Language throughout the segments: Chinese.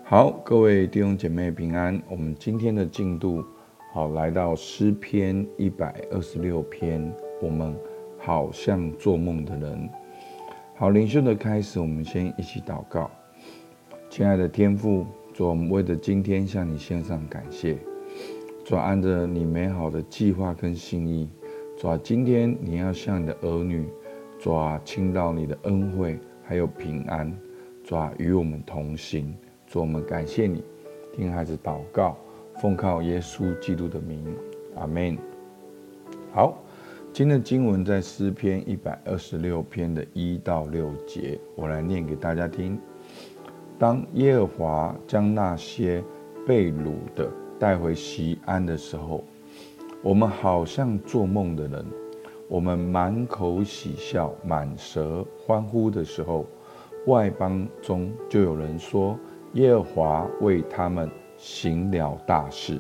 好，各位弟兄姐妹平安。我们今天的进度，来到诗篇126篇。我们好像做梦的人。好，灵修的开始，我们先一起祷告。亲爱的天父，主，我们为了今天向你献上感谢。主，按着你美好的计划跟心意，主，今天你要向你的儿女，主，倾倒你的恩惠还有平安，主，与我们同行。主，我们感谢你，听孩子祷告，奉靠耶稣基督的名，阿们。好，今天的经文在诗篇126篇的1到6节，我来念给大家听。当耶和华将那些被掳的带回锡安的时候，我们好像做梦的人，我们满口喜笑，满舌欢呼的时候，外邦中就有人说，耶和华为他们行了大事。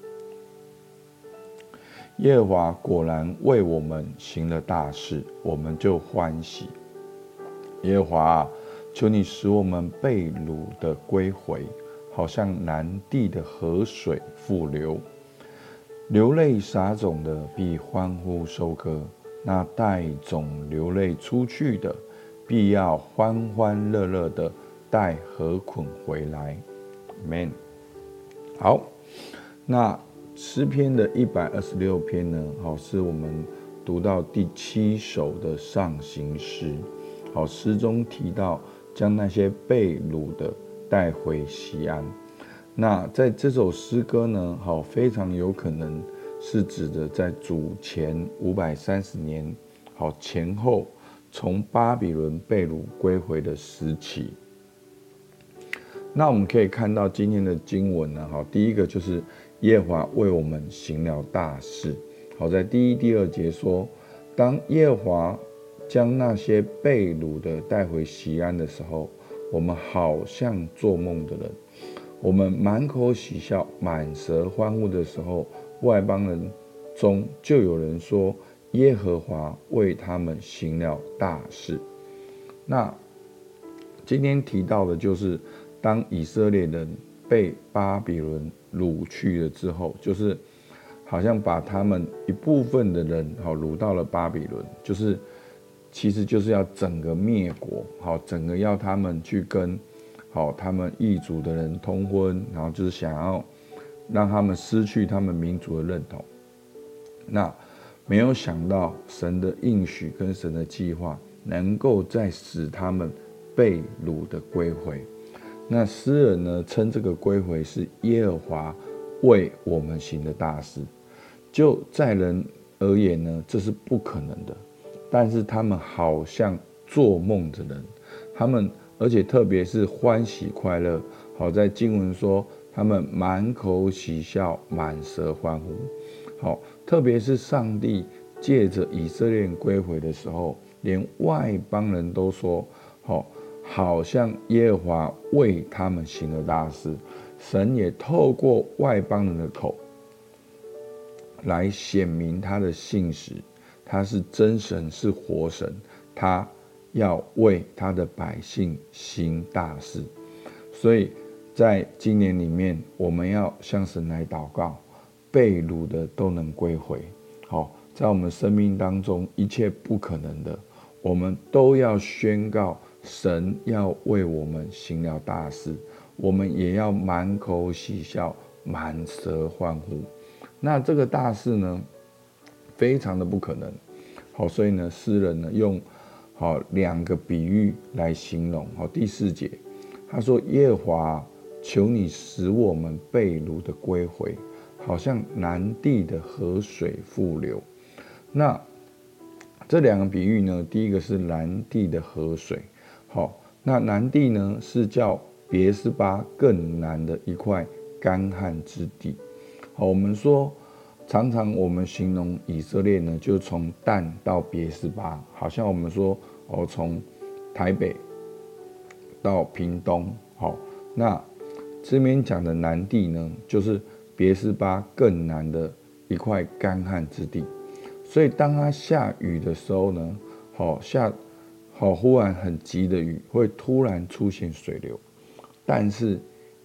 耶和华果然为我们行了大事，我们就欢喜。耶和华，求你使我们被掳的归回，好像南地的河水复流。流泪撒种的必欢呼收割，那带种流泪出去的，必要欢欢乐乐的带禾捆回来。Amen。好，那诗篇的126篇呢，是我们读到第7首的上行诗。诗中提到将那些被掳的带回锡安。那在这首诗歌呢，非常有可能是指的在主前530年，前后从巴比伦被掳归回的时期。那我们可以看到今天的经文呢，第一个就是耶和华为我们行了大事。在第1、第2节说，当耶和华将那些被掳的带回锡安的时候，我们好像做梦的人，我们满口喜笑，满舌欢呼的时候，外邦人中就有人说，耶和华为他们行了大事。那今天提到的就是当以色列人被巴比伦掳去了之后，就是好像把他们一部分的人掳到了巴比伦，其实就是要整个灭国，整个要他们去跟他们异族的人通婚，然后就是想要让他们失去他们民族的认同。那没有想到神的应许跟神的计划，能够再使他们被掳的归回。那诗人呢，称这个归回是耶和华为我们行的大事。就在人而言呢，这是不可能的，但是他们好像做梦的人，他们而且特别是欢喜快乐。在经文说他们满口喜笑，满舌欢呼。特别是上帝借着以色列人归回的时候，连外邦人都说好像耶和华为他们行了大事。神也透过外邦人的口来显明他的信实，他是真神，是活神，他要为他的百姓行大事。所以在今年里面，我们要向神来祷告，被掳的都能归回。在我们生命当中一切不可能的，我们都要宣告神要为我们行了大事，我们也要满口喜笑，满舌欢呼。那这个大事呢，非常的不可能。所以呢，诗人呢用2个比喻来形容。第4节，他说，耶和华，求你使我们被掳的归回，好像南地的河水复流。那这2个比喻呢，第一个是南地的河水。那南地呢，是叫别是巴更南的一块干旱之地。我们说常常我们形容以色列呢，就从但到别是巴，好像我们说从台北到屏东。那这边讲的南地呢，就是别是巴更南的一块干旱之地。所以当它下雨的时候呢，忽然很急的雨会突然出现水流，但是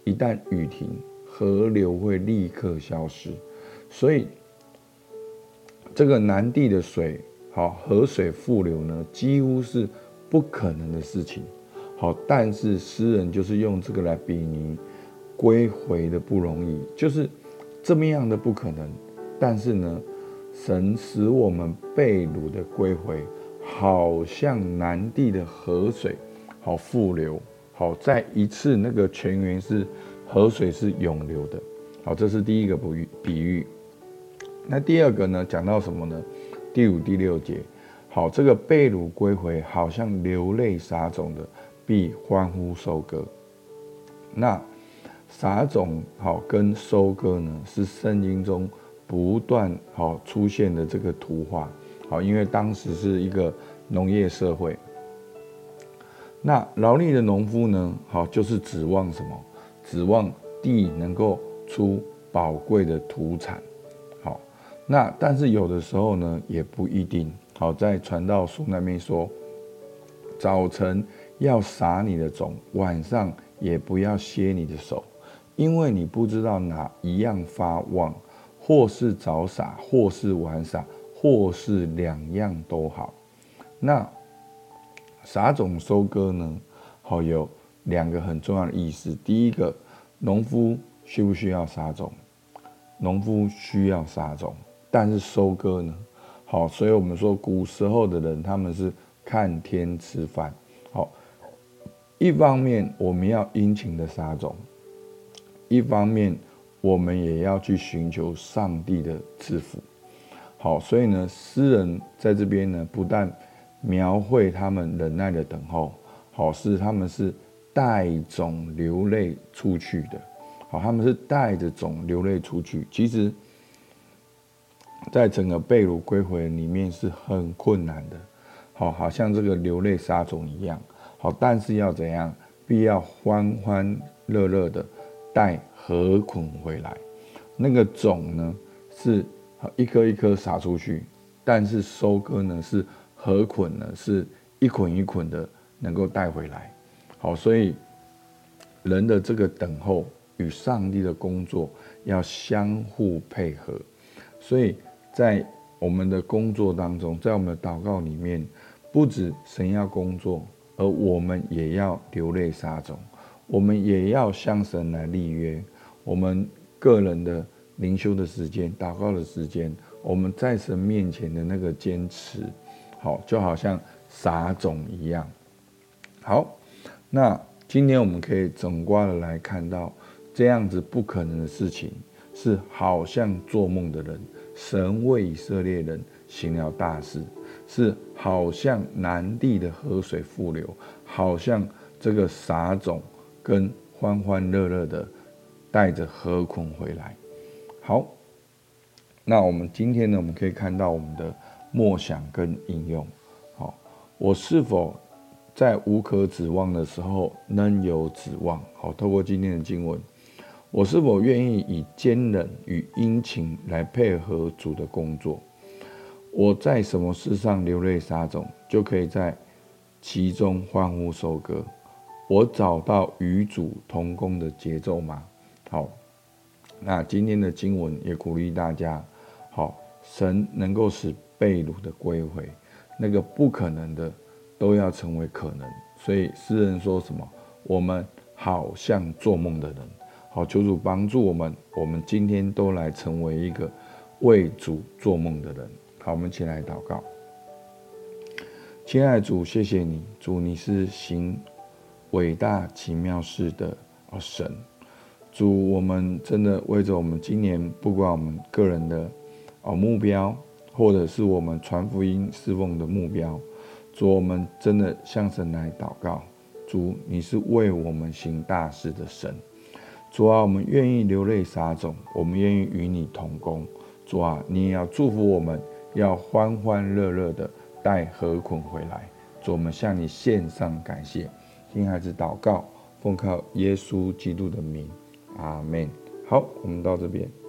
一旦雨停，河流会立刻消失。所以这个南地的水，河水复流呢，几乎是不可能的事情。但是诗人就是用这个来比拟归回的不容易，就是这么样的不可能。但是呢，神使我们被掳的归回，好像南地的河水，复流，在一次那个泉源是河水是涌流的。这是第一个比喻。那第二个呢，讲到什么呢？第5、第6节，这个被掳归回，好像流泪撒种的，必欢呼收割。那撒种跟收割呢，是圣经中不断出现的这个图画。因为当时是一个农业社会。那劳力的农夫呢，就是指望什么？指望地能够出宝贵的土产。那但是有的时候呢，也不一定。在传道书那边说，早晨要撒你的种，晚上也不要歇你的手，因为你不知道哪一样发旺，或是早撒，或是晚撒，或是两样都好。那撒种收割呢，有2个很重要的意思。第一个，农夫需不需要撒种？农夫需要撒种，但是收割呢？所以我们说古时候的人，他们是看天吃饭。一方面我们要殷勤的撒种，一方面我们也要去寻求上帝的赐福。所以呢，诗人在这边呢，不但描绘他们忍耐的等候，是他们是带种流泪出去的。他们是带着种流泪出去。其实在整个被掳归回里面是很困难的，好像这个流泪撒种一样。但是要怎样？必要欢欢乐乐的带禾捆回来。那个种呢，是一颗一颗撒出去，但是收割呢，是禾捆呢，是一捆一捆的能够带回来。所以人的这个等候与上帝的工作要相互配合。所以在我们的工作当中，在我们的祷告里面，不止神要工作，而我们也要流泪撒种，我们也要向神来立约。我们个人的灵修的时间、祷告的时间，我们在神面前的那个坚持，就好像撒种一样。好，那今天我们可以总括的来看到，这样子不可能的事情，是好像做梦的人，神为以色列人行了大事，是好像南地的河水复流，好像这个撒种跟欢欢乐乐的带着禾捆回来。好，那我们今天呢，我们可以看到我们的默想跟应用。我是否在无可指望的时候能有指望？透过今天的经文，我是否愿意以坚忍与殷勤来配合主的工作？我在什么事上流泪撒种，就可以在其中欢呼收割？我找到与主同工的节奏吗？好，那今天的经文也鼓励大家，神能够使被掳的归回，那个不可能的都要成为可能。所以诗人说什么？我们好像做梦的人。求主帮助我们，我们今天都来成为一个为主做梦的人。好，我们一起来祷告。亲爱的主，谢谢你，主，你是行伟大奇妙事的神。主，我们真的为着我们今年，不管我们个人的目标，或者是我们传福音侍奉的目标，主，我们真的向神来祷告。主，你是为我们行大事的神。主啊，我们愿意流泪撒种，我们愿意与你同工。主啊，你也要祝福我们，要欢欢乐乐的带禾捆回来。主，我们向你献上感谢。听孩子祷告，奉靠耶稣基督的名，阿们。好，我们到这边。